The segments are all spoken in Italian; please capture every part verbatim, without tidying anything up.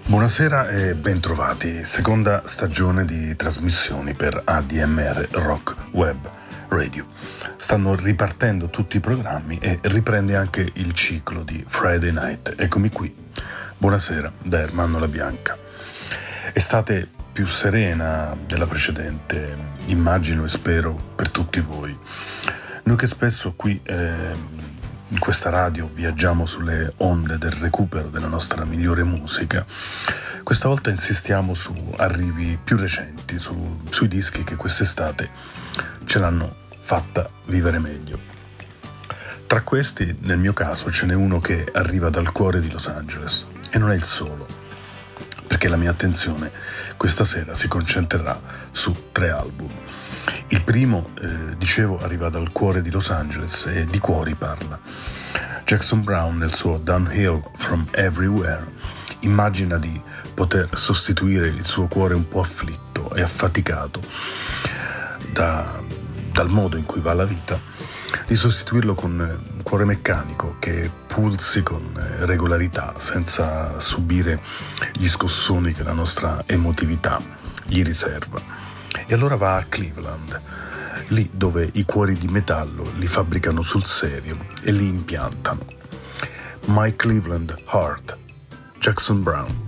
Buonasera e bentrovati, seconda stagione di trasmissioni per A D M R Rock Web Radio. Stanno ripartendo tutti i programmi e riprende anche il ciclo di Friday Night. Eccomi qui. Buonasera da Ermanno La Bianca. Estate più serena della precedente, immagino e spero per tutti voi. Noi che spesso qui eh, in questa radio viaggiamo sulle onde del recupero della nostra migliore musica, questa volta insistiamo su arrivi più recenti, su, sui dischi che quest'estate ce l'hanno fatta vivere meglio. Tra questi, nel mio caso, ce n'è uno che arriva dal cuore di Los Angeles, e non è il solo, perché la mia attenzione questa sera si concentrerà su tre album. Il primo, eh, dicevo, arriva dal cuore di Los Angeles e di cuori parla. Jackson Browne, nel suo Downhill from Everywhere, immagina di poter sostituire il suo cuore un po' afflitto e affaticato da, dal modo in cui va la vita, di sostituirlo con un cuore meccanico che pulsi con regolarità senza subire gli scossoni che la nostra emotività gli riserva. E allora va a Cleveland, lì dove i cuori di metallo li fabbricano sul serio e li impiantano. My Cleveland Heart, Jackson Browne.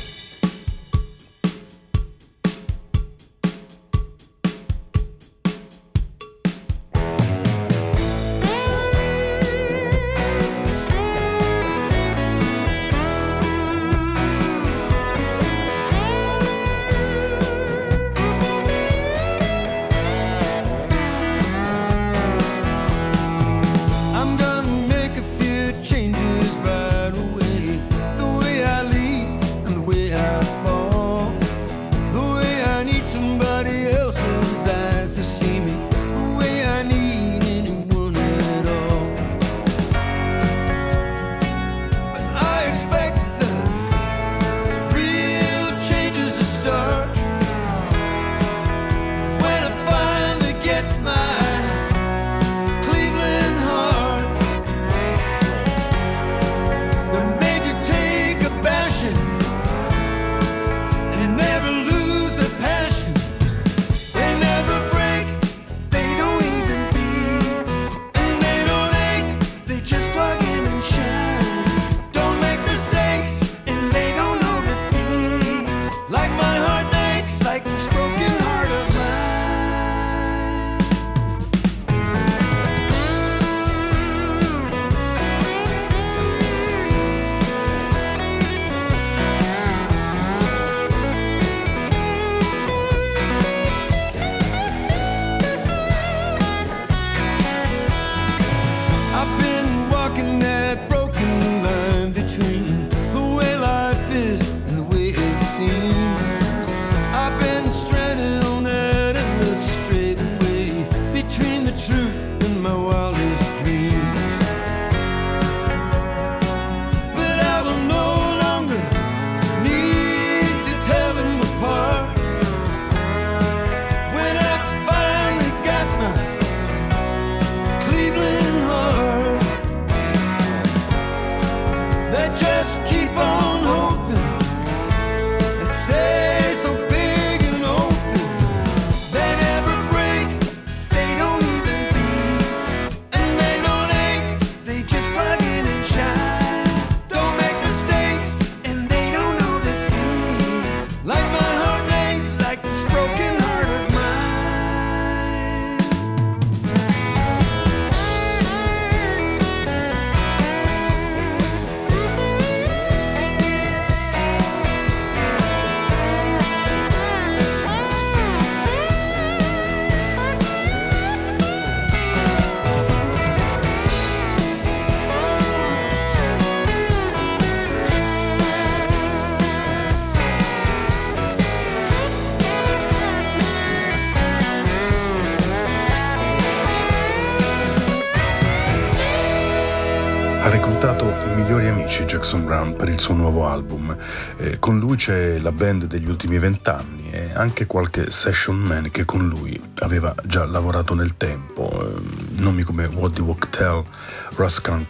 Ha reclutato i migliori amici Jackson Browne per il suo nuovo album. Eh, con lui c'è la band degli ultimi vent'anni e anche qualche session man che con lui aveva già lavorato nel tempo, eh, nomi come Waddy Wachtel, Russ Kunkel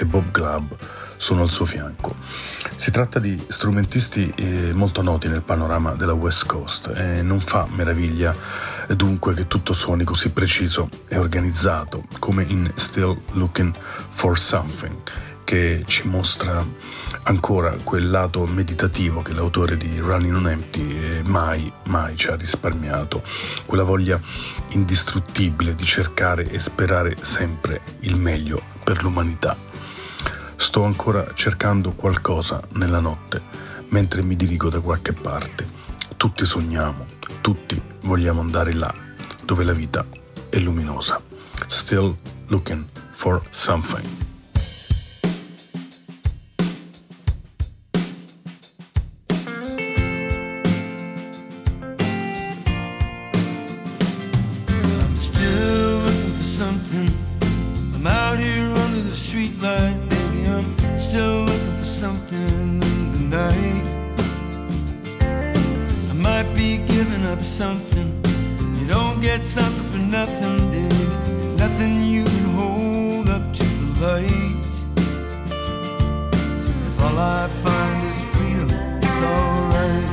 e Bob Glaub sono al suo fianco. Si tratta di strumentisti eh, molto noti nel panorama della West Coast e non fa meraviglia dunque che tutto suoni così preciso e organizzato come in Still Looking for Something, che ci mostra ancora quel lato meditativo che l'autore di Running on Empty mai, mai ci ha risparmiato, quella voglia indistruttibile di cercare e sperare sempre il meglio per l'umanità. Sto ancora cercando qualcosa nella notte, mentre mi dirigo da qualche parte. Tutti sogniamo, tutti vogliamo andare là, dove la vita è luminosa. Still looking for something. Something you don't get something for nothing, baby. Nothing you can hold up to the light. If all I find is freedom, it's alright.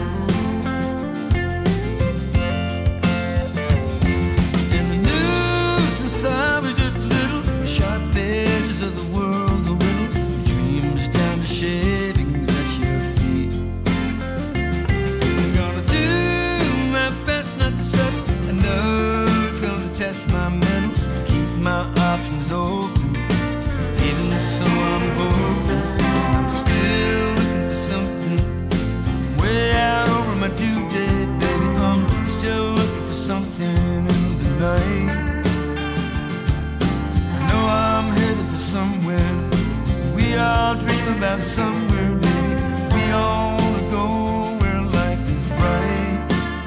In the news since I was just a little, the sharp edges of the world, the riddle, dreams down to shavings at your feet. I'm gonna do my best not to settle. I know it's gonna test my mental, keep my options open. Even so, I'm hoping I'm still looking for something way out over my due date, baby. I'm still looking for something in the night. I know I'm headed for somewhere. We all dream about somewhere, baby. We all wanna go where life is bright.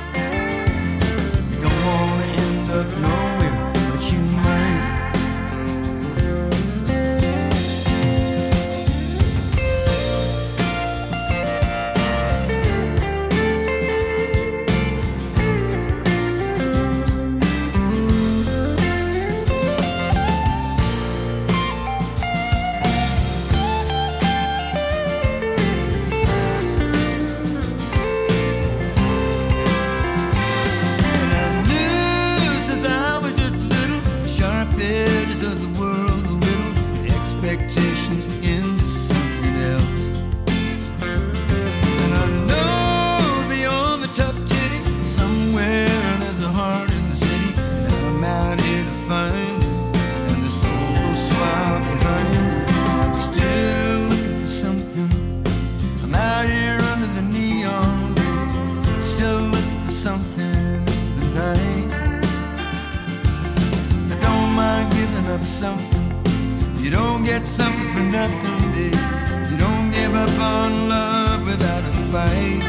We don't wanna end up nowhere, but you might. And I knew since I was just a little, the sharp edges of the world a little, the expectations into something else. And I know beyond the tough titty, somewhere there's a heart in the city, and I'm out here to find it, and the soulful smile behind it. I'm still looking for something. I'm out here under the neon light, still looking for something in the night. I don't mind giving up something. You don't get something for nothing, babe. You don't give up on love without a fight.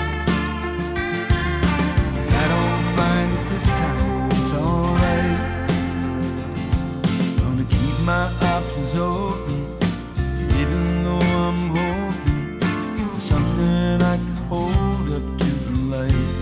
If I don't find it this time, it's alright. Gonna keep my options open, even though I'm hoping for something I can hold up to the light.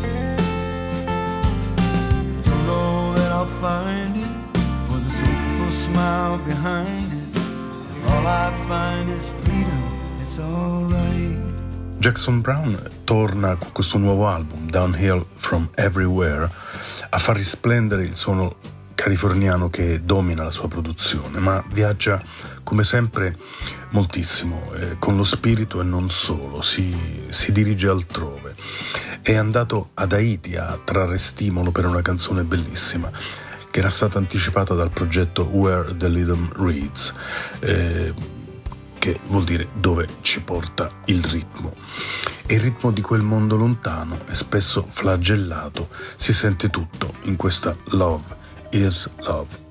Don't know that I'll find it, for the soulful smile behind it. If all I find is freedom, it's alright. Jackson Browne torna con questo nuovo album, Downhill from Everywhere, a far risplendere il suono californiano che domina la sua produzione, ma viaggia come sempre moltissimo, eh, con lo spirito e non solo, si, si dirige altrove. È andato ad Haiti a trarre stimolo per una canzone bellissima che era stata anticipata dal progetto Where the Rhythm Reads, eh, che vuol dire dove ci porta il ritmo. E il ritmo di quel mondo lontano e spesso flagellato si sente tutto in questa Love is Love.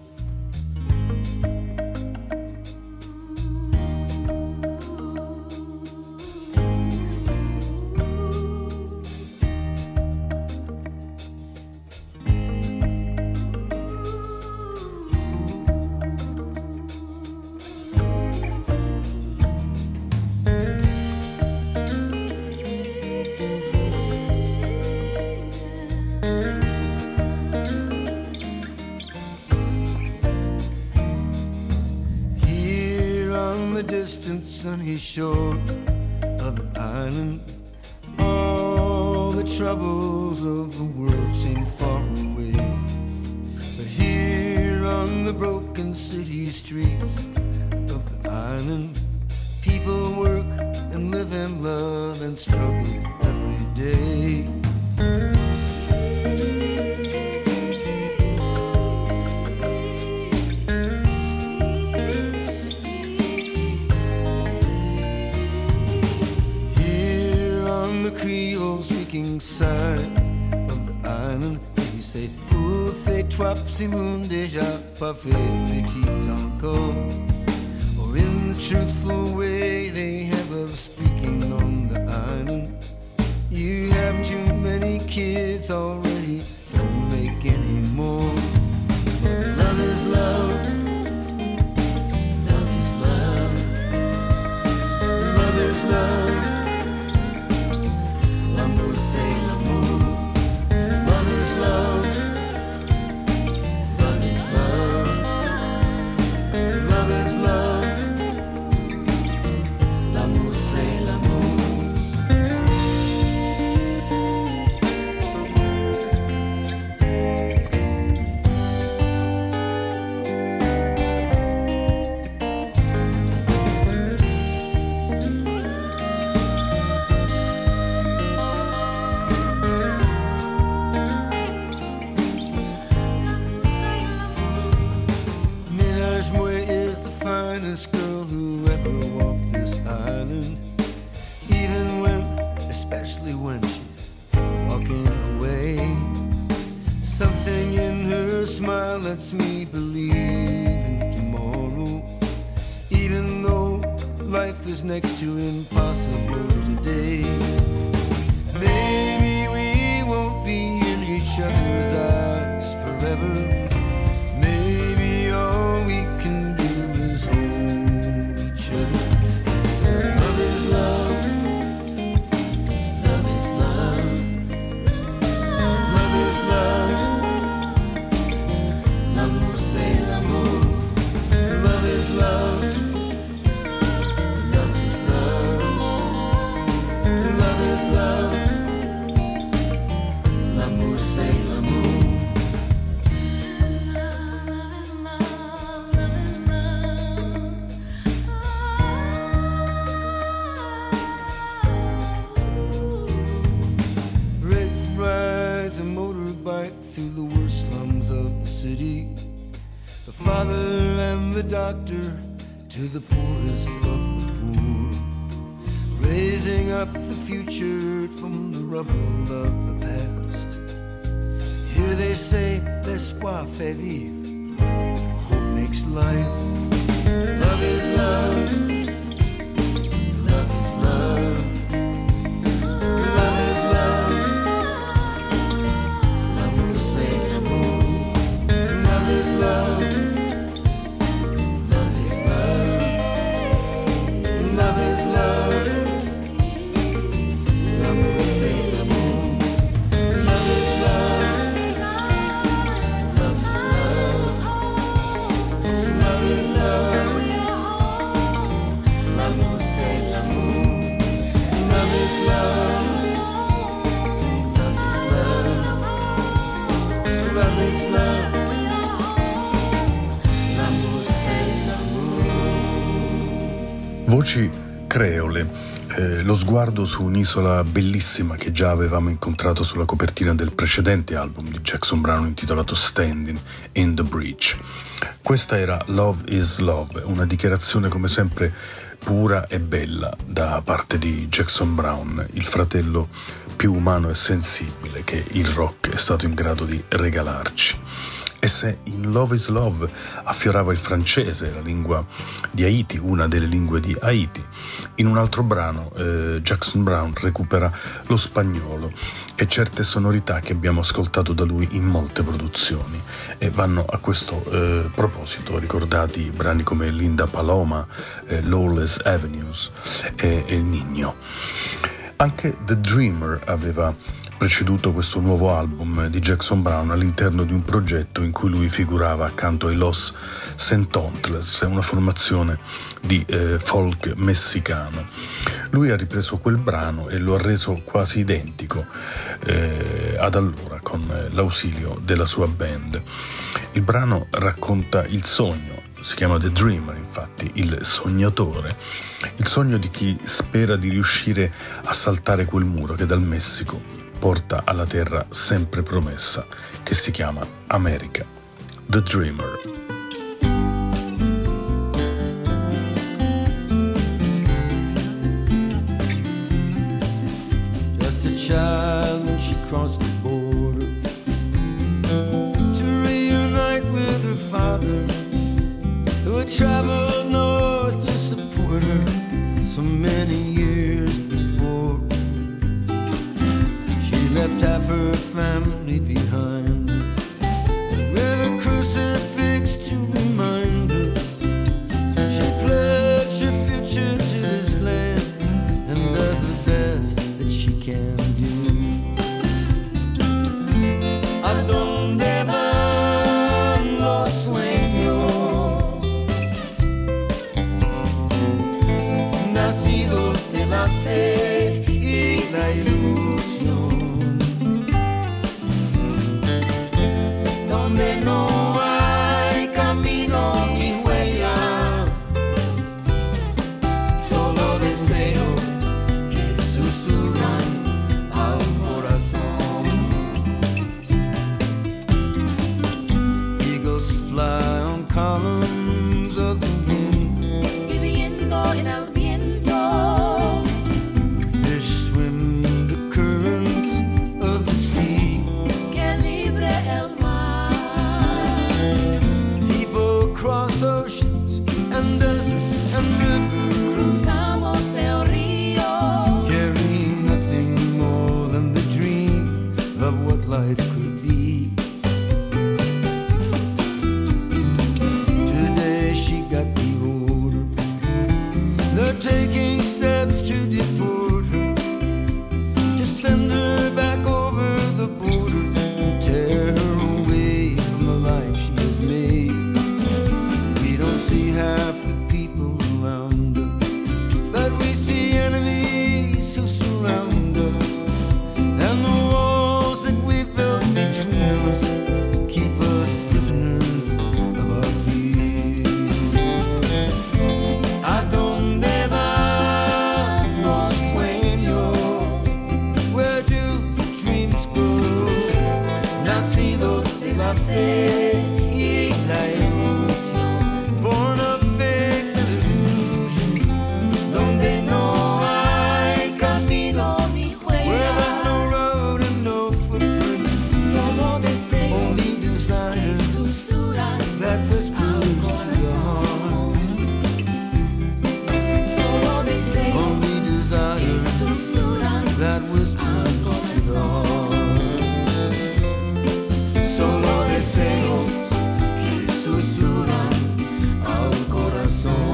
on the distant sunny shore of an island, all the troubles of the world seem far away. But here on the broken city streets of the island, people work and live and love and struggle every day. Creole-speaking side of the island, they say, "Où fait trois petits moons déjà pas fait petit encore?" Or in the truthful way they have of speaking on the island, "You have too many kids already, don't make any more." But love is love, love is love, love is love. L'amour c'est l'amour, love is love, love is love, love is love, l'amour c'est l'amour. Girl who ever walked this island, even when, especially when she's walking away, something in her smile lets me believe in tomorrow, even though life is next to impossible today. Maybe we won't be in each other's eyes forever. Maybe all we can do is hold each other. So love is love, love is love, love is love, l'amour c'est l'amour, love is love, love is love, love is love, l'amour c'est l'amour. Through the worst slums of the city, the father and the doctor to the poorest of the poor, raising up the future from the rubble of the past. Here they say, l'espoir fait vivre, hope makes life. Love is love, love is love, love is love. Love, love is love, love is love, l'amour c'est l'amour, love is love, love is love, love is love, l'amour c'est l'amour, love is love, love is love, love is love. Voci creole, eh, lo sguardo su un'isola bellissima che già avevamo incontrato sulla copertina del precedente album di Jackson Browne intitolato Standing in the Breach. Questa era Love is Love, una dichiarazione come sempre pura e bella da parte di Jackson Browne, il fratello più umano e sensibile che il rock è stato in grado di regalarci. E se in Love is Love affiorava il francese, la lingua di Haiti, una delle lingue di Haiti, in un altro brano eh, Jackson Browne recupera lo spagnolo e certe sonorità che abbiamo ascoltato da lui in molte produzioni, e vanno a questo eh, proposito ricordati brani come Linda Paloma, eh, Lawless Avenues e El Niño. Anche The Dreamer aveva preceduto questo nuovo album di Jackson Browne all'interno di un progetto in cui lui figurava accanto ai Los Sentontles, una formazione di eh, folk messicano. Lui ha ripreso quel brano e lo ha reso quasi identico eh, ad allora con l'ausilio della sua band. Il brano racconta il sogno, si chiama The Dreamer, infatti, il sognatore, il sogno di chi spera di riuscire a saltare quel muro che dal Messico porta alla terra sempre promessa, che si chiama America. The Dreamer. Just a child when she crossed the border to reunite with her father, who had traveled north to support her so many years before. She left half her family behind, with a crucifix to remind her. She pledged her future to this land and does the best that she can do. ¿A dónde van los sueños nacidos de la fe y la ilusión? Donde no hay camino ni huella, solo deseos que susurran al corazón. Eagles fly on columns of the wind, viviendo en el viento. fish swim the currents of the sea. Que libre el mar. People cross oceans and deserts and rivers, Cruzamos el río. carrying nothing more than the dream of what life could be. Today she got the order, they're taking steps to deport her, to send her back over the border and tear her away from the life she has made. We don't see half the people around us, but we see enemies who surround us, and the walls that we've built between us keep us prisoners of our fear. ¿A dónde van los sueños? Where do the dreams go? Nacidos de la fe y la ilusión, born of faith and illusion. Donde no hay camino, Ni where huella. there's no road and no footprint, Solo deseos only que desire susurran that whispers al to the heart. corazón. Solo deseos Only que desire susurran that whispers al to the corazón. heart. Solo deseos Que susurran al corazón.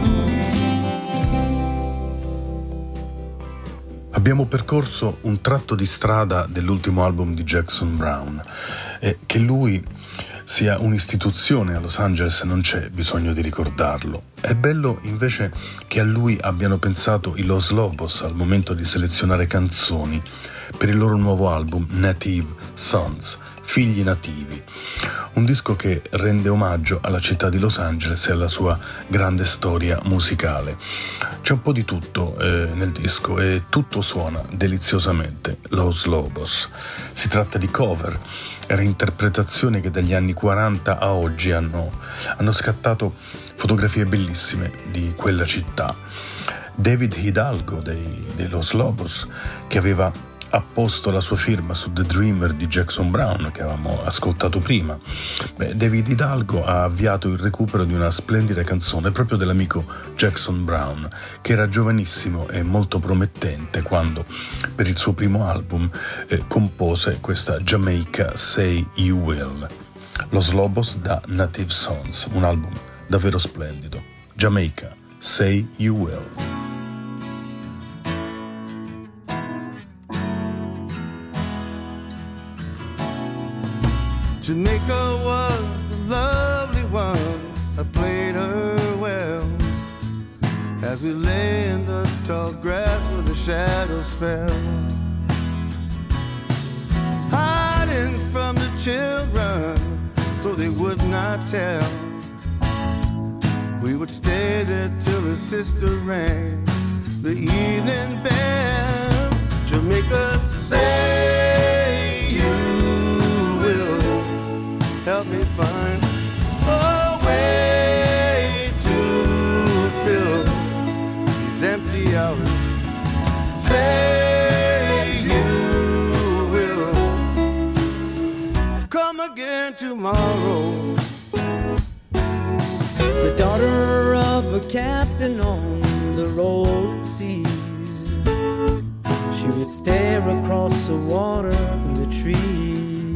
Abbiamo percorso un tratto di strada dell'ultimo album di Jackson Browne e che lui sia un'istituzione a Los Angeles non c'è bisogno di ricordarlo. È bello invece che a lui abbiano pensato i Los Lobos al momento di selezionare canzoni per il loro nuovo album Native Sons, Figli Nativi, un disco che rende omaggio alla città di Los Angeles e alla sua grande storia musicale. C'è un po' di tutto eh, nel disco e tutto suona deliziosamente Los Lobos. Si tratta di cover e reinterpretazioni che dagli anni quaranta a oggi hanno, hanno scattato fotografie bellissime di quella città. David Hidalgo dei, dei Los Lobos, che aveva apposto la sua firma su The Dreamer di Jackson Browne che avevamo ascoltato prima. Beh, David Hidalgo ha avviato il recupero di una splendida canzone proprio dell'amico Jackson Browne, che era giovanissimo e molto promettente quando per il suo primo album eh, compose questa Jamaica Say You Will. Los Lobos da Native Sons, un album davvero splendido. Jamaica Say You Will. Jamaica was a lovely one, I played her well. As we lay in the tall grass where the shadows fell, hiding from the children so they would not tell. We would stay there till her sister rang the evening bell. Jamaica, say you will help me find a way to fill these empty hours. Say you will come again tomorrow. The daughter of a captain on the rolling seas, she would stare across the water from the trees.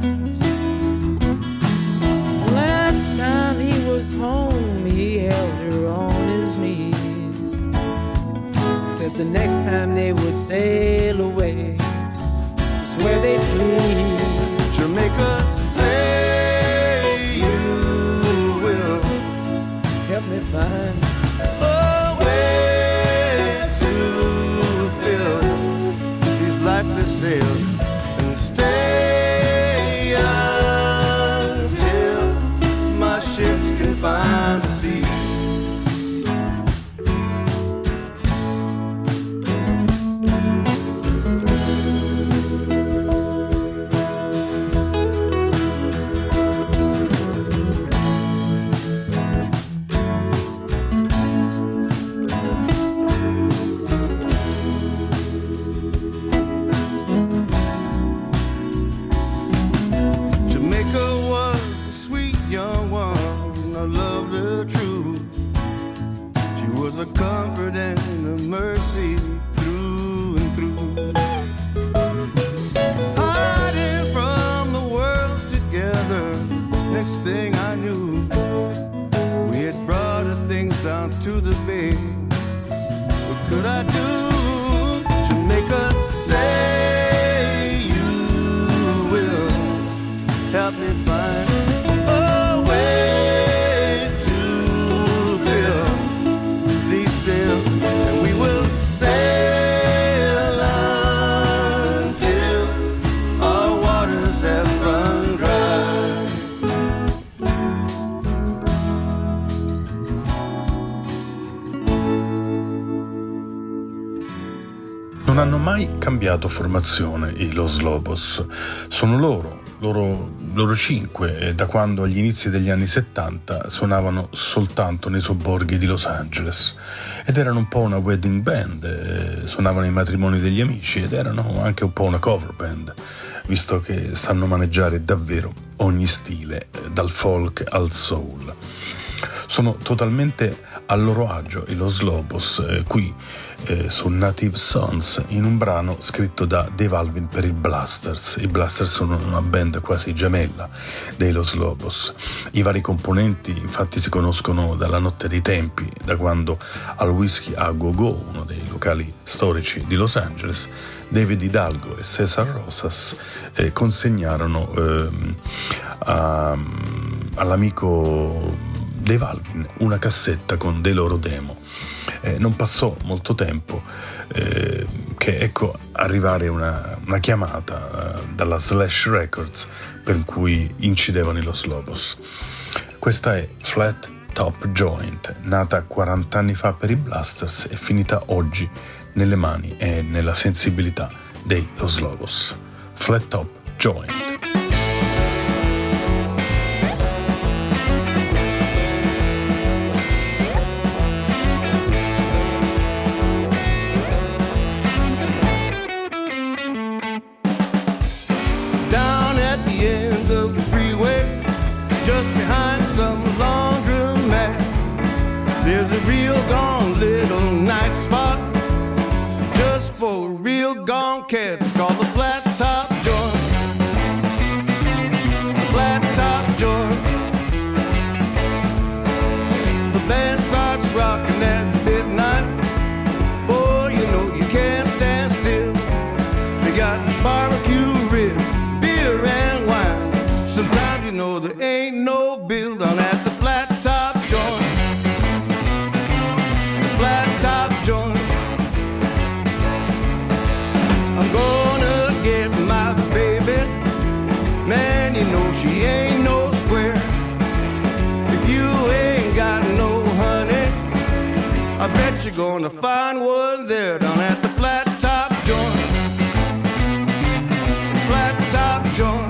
Last time he was home, he held her on his knees. Said the next time they would sail away was where they'd flee. Jamaica, say you will help me find a way to fill these lifeless sails and stay until my ships can find the sea. A comfort and a mercy through and through. Hiding from the world together, next thing I knew, we had brought our things down to the bay. What could I do? Jamaica, say you will help me find a way to fill these sails, and we will sail until our waters have run dry. Non hanno mai cambiato formazione i Los Lobos. Sono loro, loro, loro cinque, da quando agli inizi degli anni settanta suonavano soltanto nei sobborghi di Los Angeles ed erano un po' una wedding band, eh, suonavano ai matrimoni degli amici ed erano anche un po' una cover band, visto che sanno maneggiare davvero ogni stile, eh, dal folk al soul. Sono totalmente a loro agio i Los Lobos, eh, qui eh, su Native Sons, in un brano scritto da Dave Alvin per i Blasters. I Blasters sono una band quasi gemella dei Los Lobos. I vari componenti infatti si conoscono dalla notte dei tempi, da quando al Whiskey a Go Go, uno dei locali storici di Los Angeles, David Hidalgo e Cesar Rosas eh, consegnarono eh, a, all'amico Dave Alvin una cassetta con dei loro demo. Eh, non passò molto tempo eh, che ecco arrivare una, una chiamata eh, dalla Slash Records per cui incidevano i Los Lobos. Questa è Flat Top Joint, nata quaranta anni fa per i Blasters e finita oggi nelle mani e nella sensibilità dei Los Lobos. Flat Top Joint. There's a real gone little night spot just for real gone cats called the Flat Top Joint. Flat Top Joint. The band starts rocking at midnight. Boy, you know you can't stand still. They got barbecue ribs, beer and wine. Sometimes bet you're gonna find one there down at the Flat Top Joint. Flat Top Joint.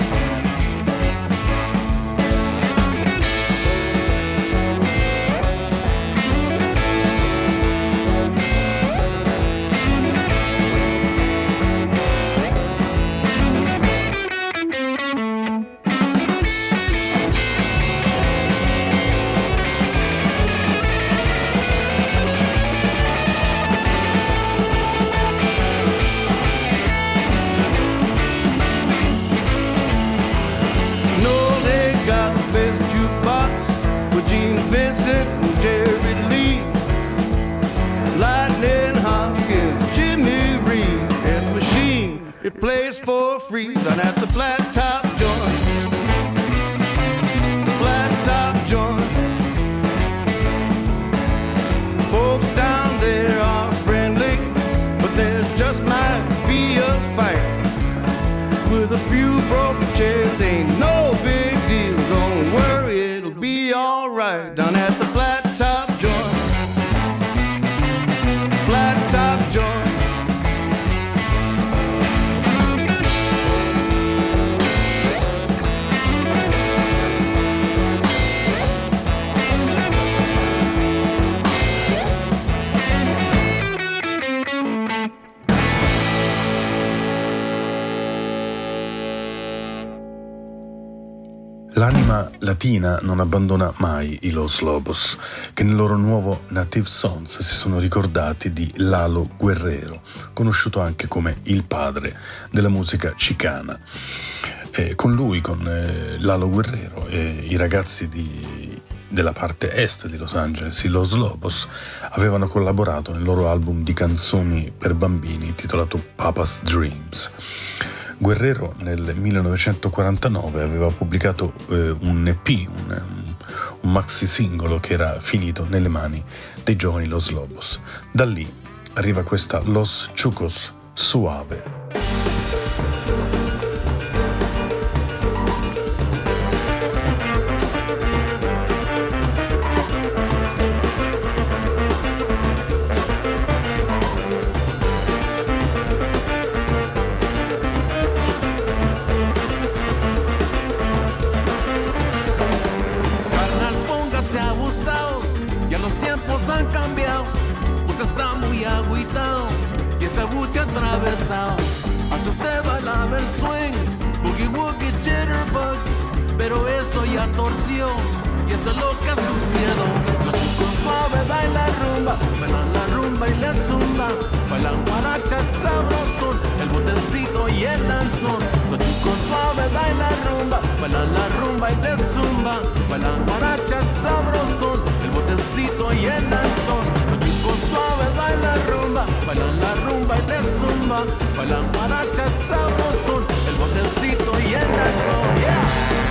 Vincent and Jerry Lee, Lightning Hopkins, Jimmy Reed, and the Machine. It plays for free down at the Flat Top Joint. The Flat Top Joint. Folks down there are friendly, but there just might be a fight. With a few broken chairs, ain't no big deal. Don't worry, it'll be alright down at the Flat Top Joint. Flat Top Joint. L'anima latina non abbandona mai i Los Lobos, che nel loro nuovo Native Songs si sono ricordati di Lalo Guerrero, conosciuto anche come il padre della musica chicana. E con lui, con eh, Lalo Guerrero e i ragazzi di, della parte est di Los Angeles, i Los Lobos, avevano collaborato nel loro album di canzoni per bambini titolato Papa's Dreams. Guerrero nel millenovecentoquarantanove aveva pubblicato eh, un E P, un, un maxi singolo che era finito nelle mani dei giovani Los Lobos. Da lì arriva questa Los Chucos Suave. Atravesado, hacia usted bailaba el swing, boogie woogie jitterbug, pero eso ya torció y eso es lo que ha sucedido. Los chicos suaves bailan rumba, bailan la rumba y la zumba, bailan guaracha sabrosón, el botecito y el danzón. Los chicos suaves bailan rumba, bailan la rumba y la zumba, bailan guaracha sabrosón, el botecito y el danzón. Los chicos suaves bailan rumba, bailan la rumba y la zumba, bailan guaracha sabrosón, el botecito y el danzón. Yeah.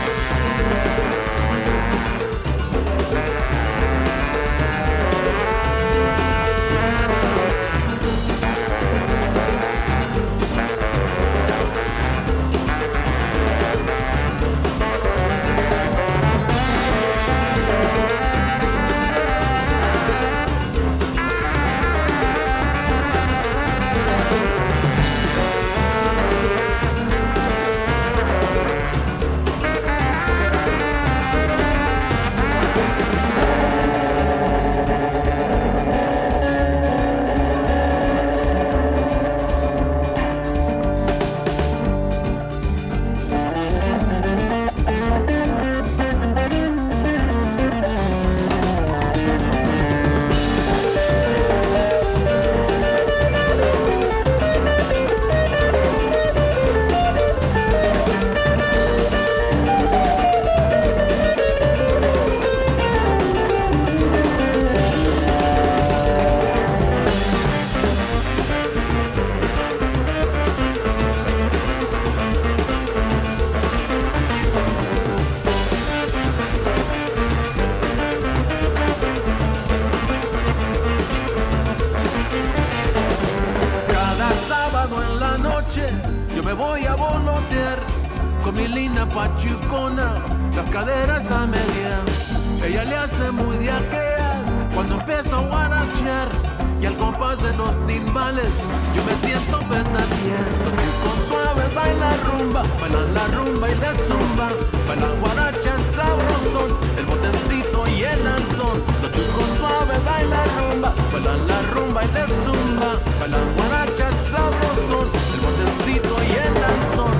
Pachucona, las caderas a media. Ella le hace muy diarreas cuando empieza a guarachear. y al compás de los timbales yo me siento verdadero. Los chicos suaves bailan rumba, bailan la rumba y la zumba, bailan guaracha sabrosón, el botecito y el lanzón. Los chicos suaves bailan rumba, bailan la rumba y la zumba, bailan guaracha sabrosón, el botecito y el lanzón.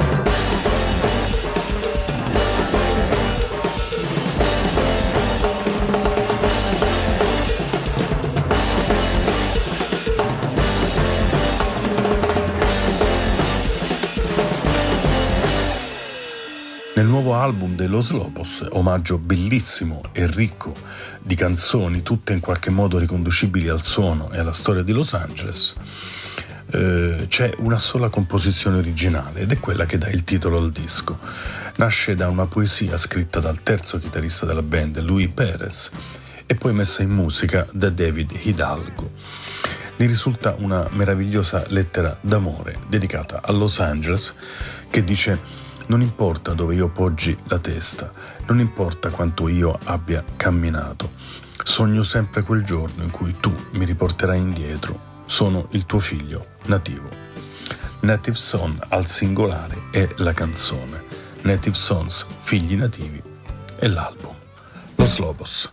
Nel nuovo album dello Slopos, omaggio bellissimo e ricco di canzoni, tutte in qualche modo riconducibili al suono e alla storia di Los Angeles, eh, c'è una sola composizione originale ed è quella che dà il titolo al disco. Nasce da una poesia scritta dal terzo chitarrista della band, Luis Perez, e poi messa in musica da David Hidalgo. Ne risulta una meravigliosa lettera d'amore dedicata a Los Angeles che dice: non importa dove io poggi la testa, non importa quanto io abbia camminato, sogno sempre quel giorno in cui tu mi riporterai indietro, sono il tuo figlio nativo. Native Son al singolare è la canzone, Native Sons, figli nativi, è l'album. Los Lobos.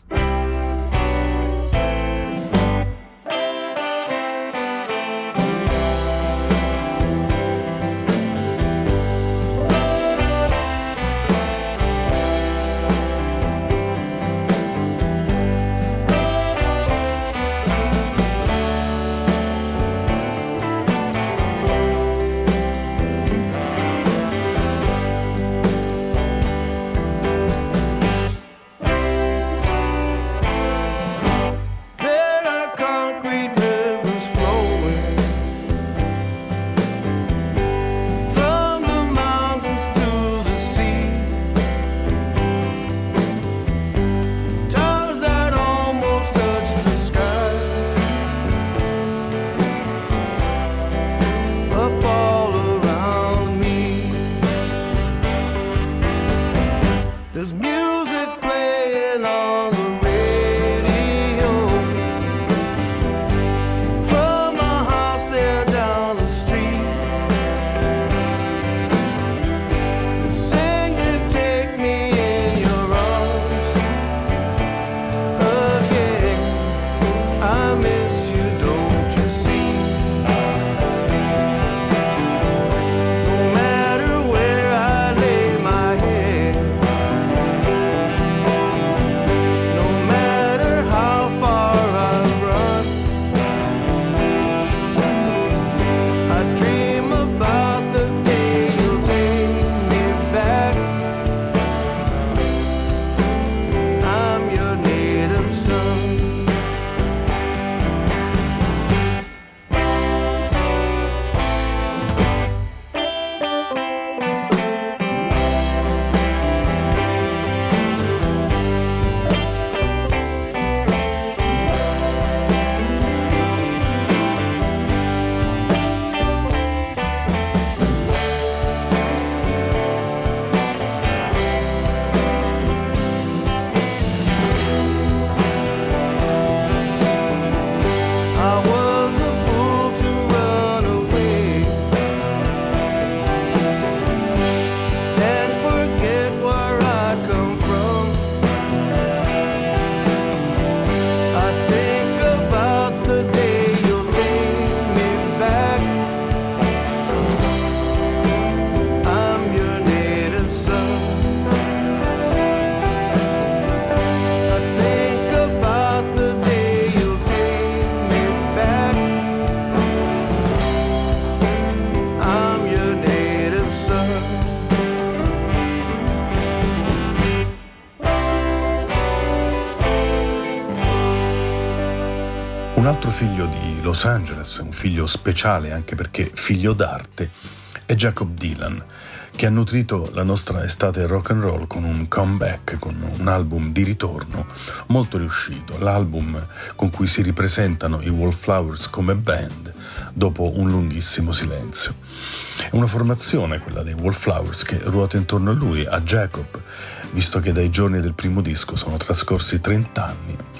Un altro figlio di Los Angeles, un figlio speciale anche perché figlio d'arte, è Jakob Dylan, che ha nutrito la nostra estate rock and roll con un comeback, con un album di ritorno molto riuscito, l'album con cui si ripresentano i Wallflowers come band dopo un lunghissimo silenzio. È una formazione, quella dei Wallflowers, che ruota intorno a lui, a Jakob, visto che dai giorni del primo disco sono trascorsi trenta anni.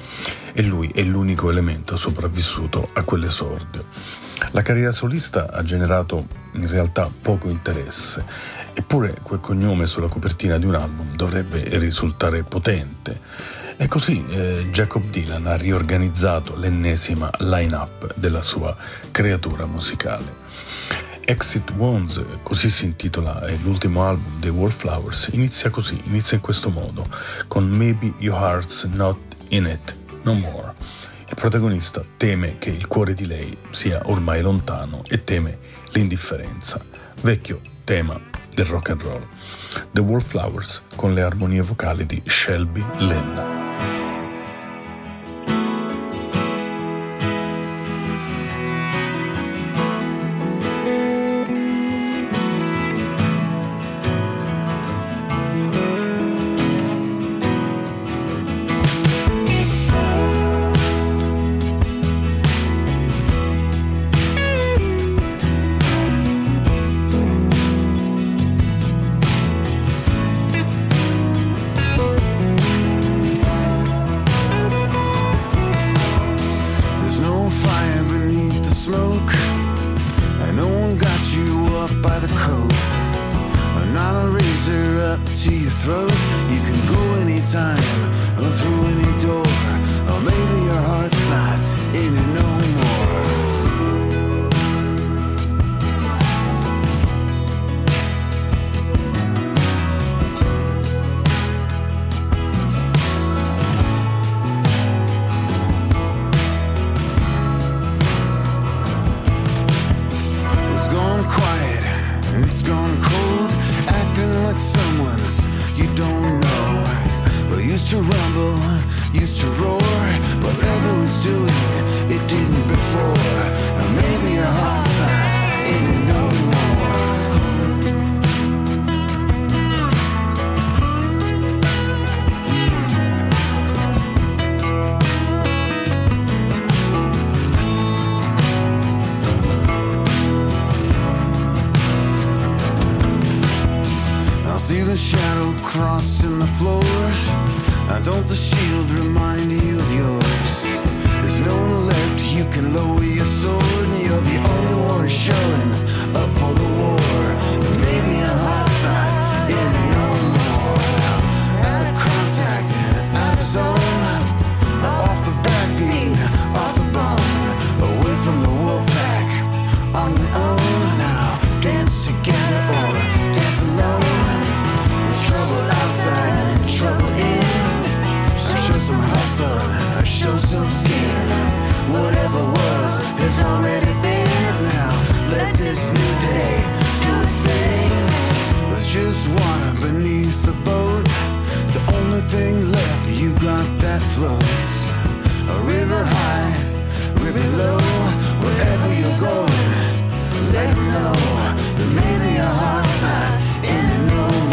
e lui è l'unico elemento sopravvissuto a quell'esordio. La carriera solista ha generato in realtà poco interesse, eppure quel cognome sulla copertina di un album dovrebbe risultare potente. E così eh, Jakob Dylan ha riorganizzato l'ennesima line-up della sua creatura musicale. Exit Wounds, così si intitola l'ultimo album dei Wallflowers, inizia così, inizia in questo modo, con Maybe Your Heart's Not In It No More. Il protagonista teme che il cuore di lei sia ormai lontano e teme l'indifferenza, vecchio tema del rock and roll. The Wallflowers con le armonie vocali di Shelby Lynne. See the shadow crossing the floor. Now don't the shield remind you of yours? There's no one left, you can lower your sword, and you're the only one showing up for the war. And maybe your heart's not in it no more. Out of contact and out of zone, off the backbeat, off the bone, away from the wolf pack, on your own. Now dance together or dance alone. Trouble outside and trouble in. So show some hustle, show some skin. Whatever was, there's already been. Now let this new day do its thing. There's just water beneath the boat. It's the only thing left, you got that floats. A river high, river low. Wherever you're going, let them know that maybe your heart's not in it no more.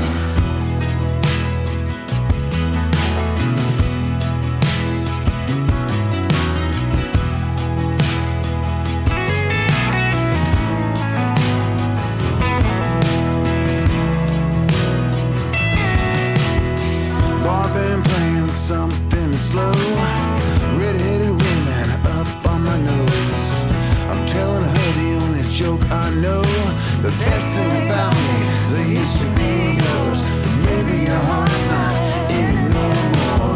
Something slow, red-headed women up on my nose. I'm telling her the only joke I know. The best thing about me is I used to be yours. But maybe your heart's not in it no more.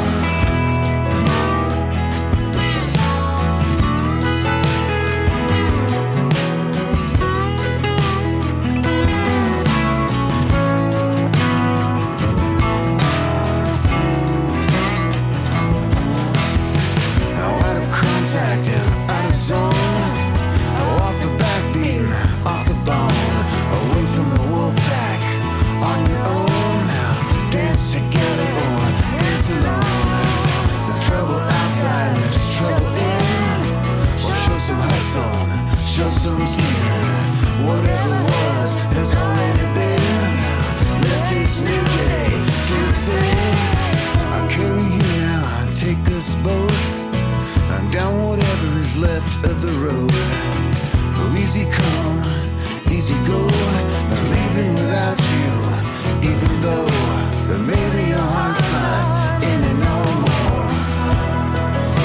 Show some skin. Whatever was, there's already been. Now let this new day do its thing. I'll carry you now, I'll take us both and down whatever is left of the road. Oh, easy come, easy go. Not leaving without you, even though that maybe your heart's not in it no more.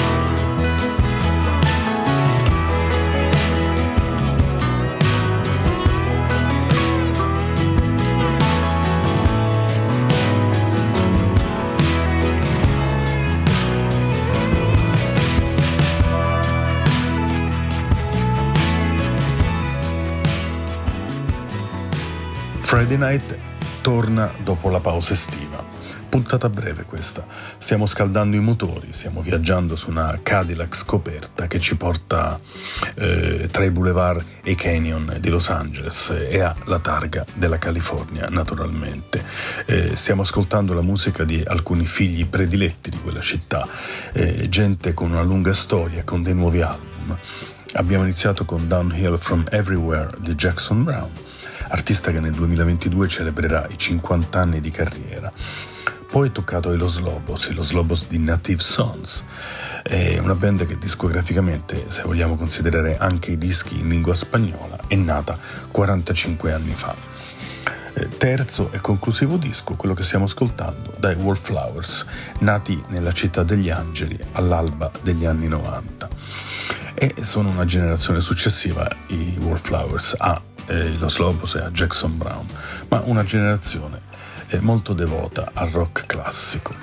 Friday Night torna dopo la pausa estiva. Puntata breve questa. Stiamo scaldando i motori, stiamo viaggiando su una Cadillac scoperta che ci porta eh, tra i boulevard e i canyon di Los Angeles e ha la targa della California, naturalmente. Eh, stiamo ascoltando la musica di alcuni figli prediletti di quella città, eh, gente con una lunga storia, con dei nuovi album. Abbiamo iniziato con Downhill from Everywhere di Jackson Browne, artista che nel duemilaventidue celebrerà i cinquanta anni di carriera. Poi è toccato ai Los Lobos, i Los Lobos di Native Sons, è una band che discograficamente, se vogliamo considerare anche i dischi in lingua spagnola, è nata quarantacinque anni fa. Eh, terzo e conclusivo disco, quello che stiamo ascoltando, dai Wallflowers, nati nella città degli Angeli all'alba degli anni novanta. E sono una generazione successiva, i Wallflowers, a eh, Los Lobos e a Jackson Browne, ma una generazione è molto devota al rock classico.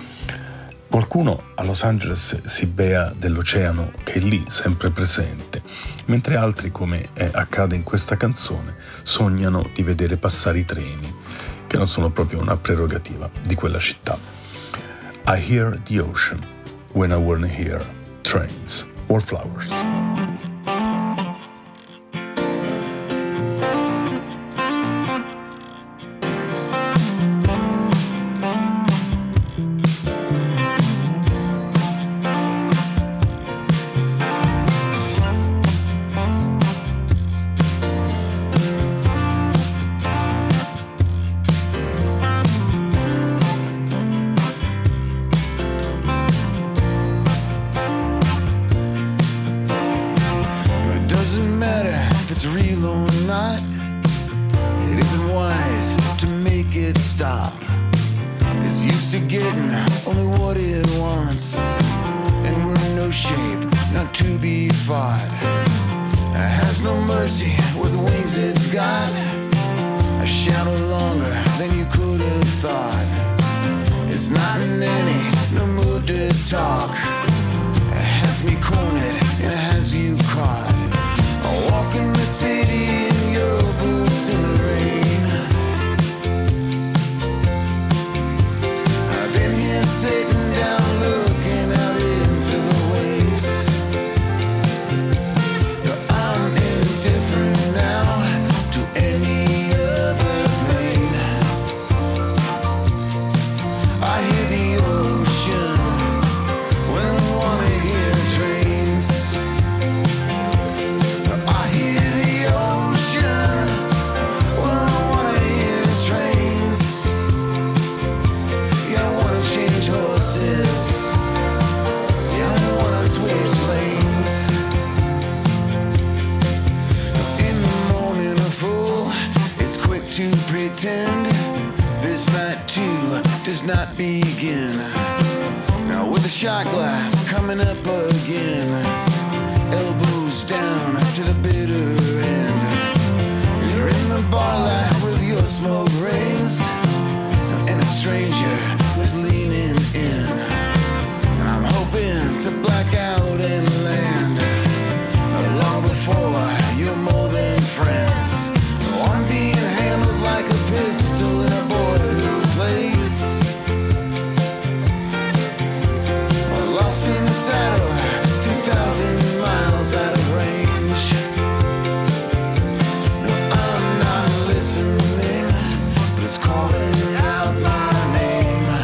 Qualcuno a Los Angeles si bea dell'oceano che è lì sempre presente, mentre altri, come accade in questa canzone, sognano di vedere passare i treni, che non sono proprio una prerogativa di quella città. I hear the ocean when I wanna hear trains. Wallflowers. Calling out my name.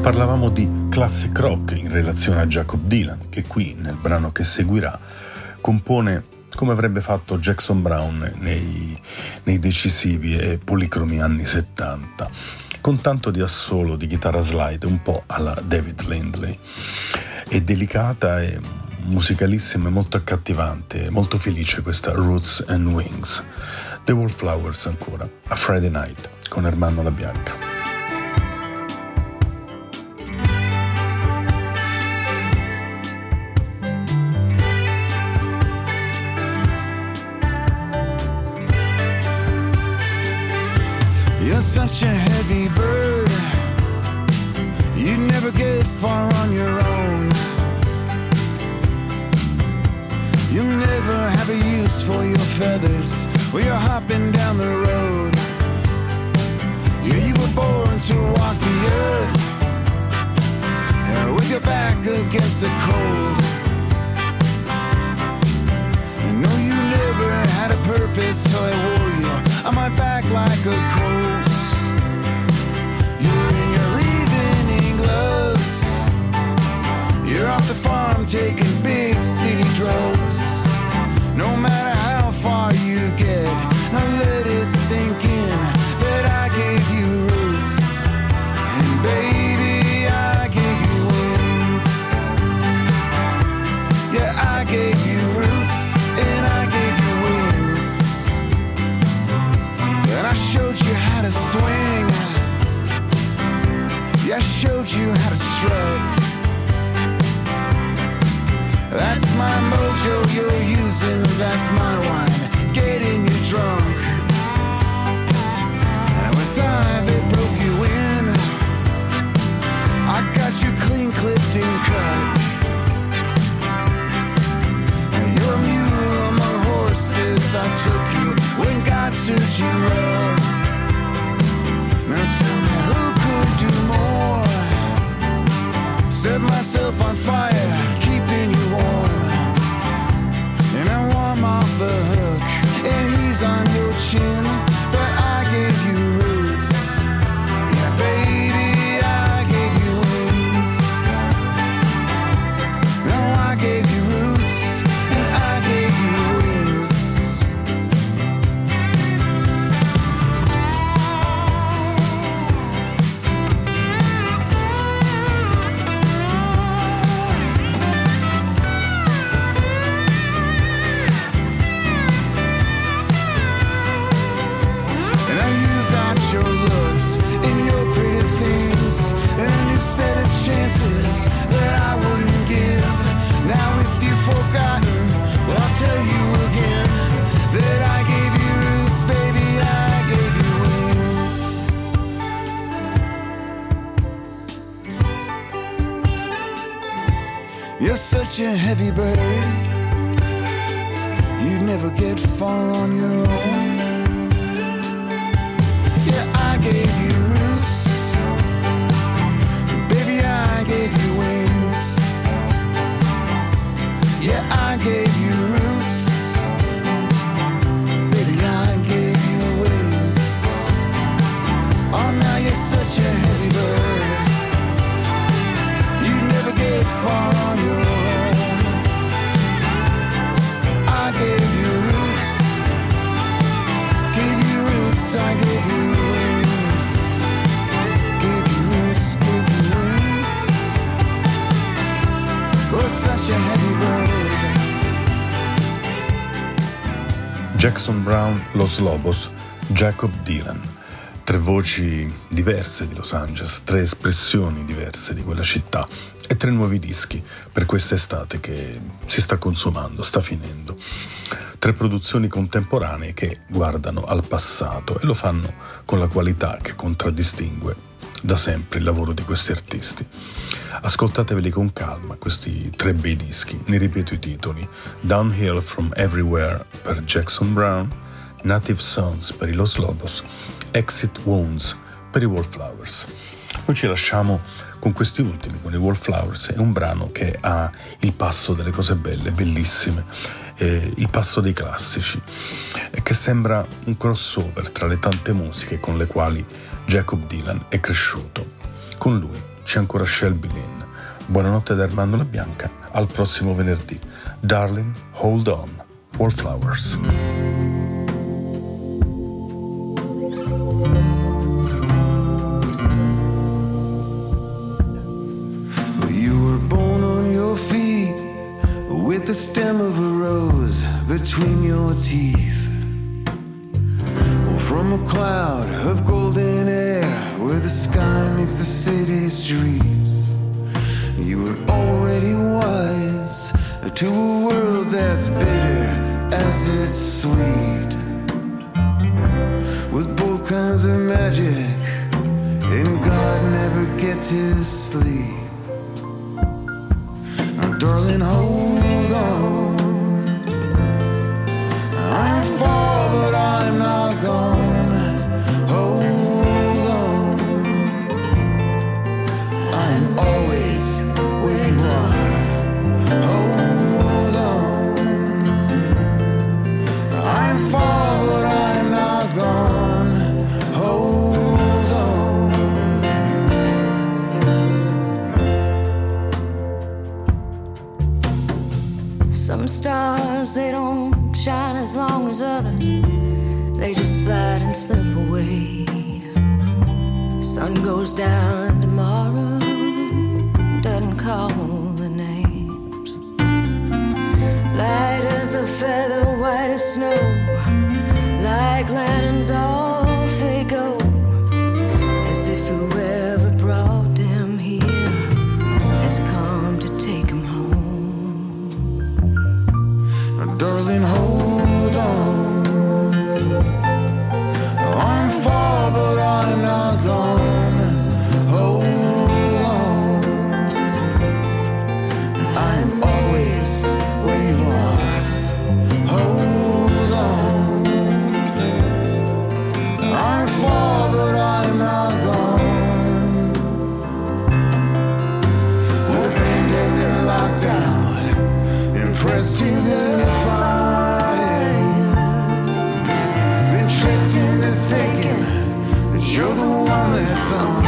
Parlavamo di classic rock in relazione a Jakob Dylan, che qui, nel brano che seguirà, compone come avrebbe fatto Jackson Browne nei, nei decisivi e policromi anni settanta, con tanto di assolo di chitarra slide, un po' alla David Lindley. È delicata e musicalissima e molto accattivante, molto felice questa Roots and Wings. The Wallflowers ancora, a Friday Night, con Ermanno La Bianca. You're such a heavy bird, you'd never get far on your own. You'll never have a use for your feathers when you're hopping down the road. Yeah, you were born to walk the earth, yeah, with your back against the cold. And no, you never had a purpose till I wore you on my back like a coat. You're in your evening gloves, you're off the farm taking big city drugs. No matter how far you get, now let it sink in that I gave you roots. And baby, I gave you wings. Yeah, I gave you roots and I gave you wings. And I showed you how to swing, yeah, I showed you how to strut. That's my mojo you're using, that's my wine, getting you drunk. And it was I that broke you in, I got you clean clipped and cut. And you're a mule among horses, I took you when God stood you up. Now tell me who could do more, set myself on fire, keeping you warm. And I warm off the hook, and he's on your chin, but I gave you roots. Yeah, baby, I gave you wings. Now I gave you roots, and I gave you wings. Chances that I wouldn't give. Now if you've forgotten, well, I'll tell you again that I gave you roots, baby, I gave you wings. You're such a heavy bird, you'd never get far on your own. Yeah, I gave you roots, I gave you wings. Yeah, I gave you roots. Baby, I gave you wings. Oh, now you're such a heavy bird, you never get far on your own. I gave you roots, gave you roots, I gave you wings. Gave you roots, gave you wings. Oh, such a heavy bird. Jackson Browne, Los Lobos, Jakob Dylan. Tre voci diverse di Los Angeles, tre espressioni diverse di quella città e tre nuovi dischi per quest'estate che si sta consumando, sta finendo. Tre produzioni contemporanee che guardano al passato e lo fanno con la qualità che contraddistingue da sempre il lavoro di questi artisti. Ascoltateveli con calma questi tre bei dischi, ne ripeto i titoli: Downhill from Everywhere per Jackson Browne, Native Sounds per i Los Lobos, Exit Wounds per i Wallflowers. Noi ci lasciamo con questi ultimi, con i Wallflowers. È un brano che ha il passo delle cose belle, bellissime, eh, il passo dei classici, e che sembra un crossover tra le tante musiche con le quali Jakob Dylan è cresciuto. Con lui c'è ancora Shelby Lynn. Buonanotte da Armando La Bianca, al prossimo venerdì. Darling, hold on, Wallflowers. With the stem of a rose between your teeth, or from a cloud of golden air where the sky meets the city streets. You were already wise to a world that's bitter as it's sweet, with both kinds of magic, and God never gets his sleep. Now, darling, hold on. I'm far, but I'm not gone. Hold on. I'm always where you are. Hold on. I'm far, but I'm not gone. Hold on. Some stars, they don't shine as long as others. They just slide and slip away. Sun goes down tomorrow, doesn't call the names. Light as a feather, white as snow. Like lanterns off they go, as if whoever brought them here has come to take them home. Now, darling, hold on. I'm far, but I'm not gone. Hold on. I'm always where you are. Hold on. I'm far, but I'm not gone. Opened and locked down, and pressed to the fire. Been tricked into thinking that you're the one that's on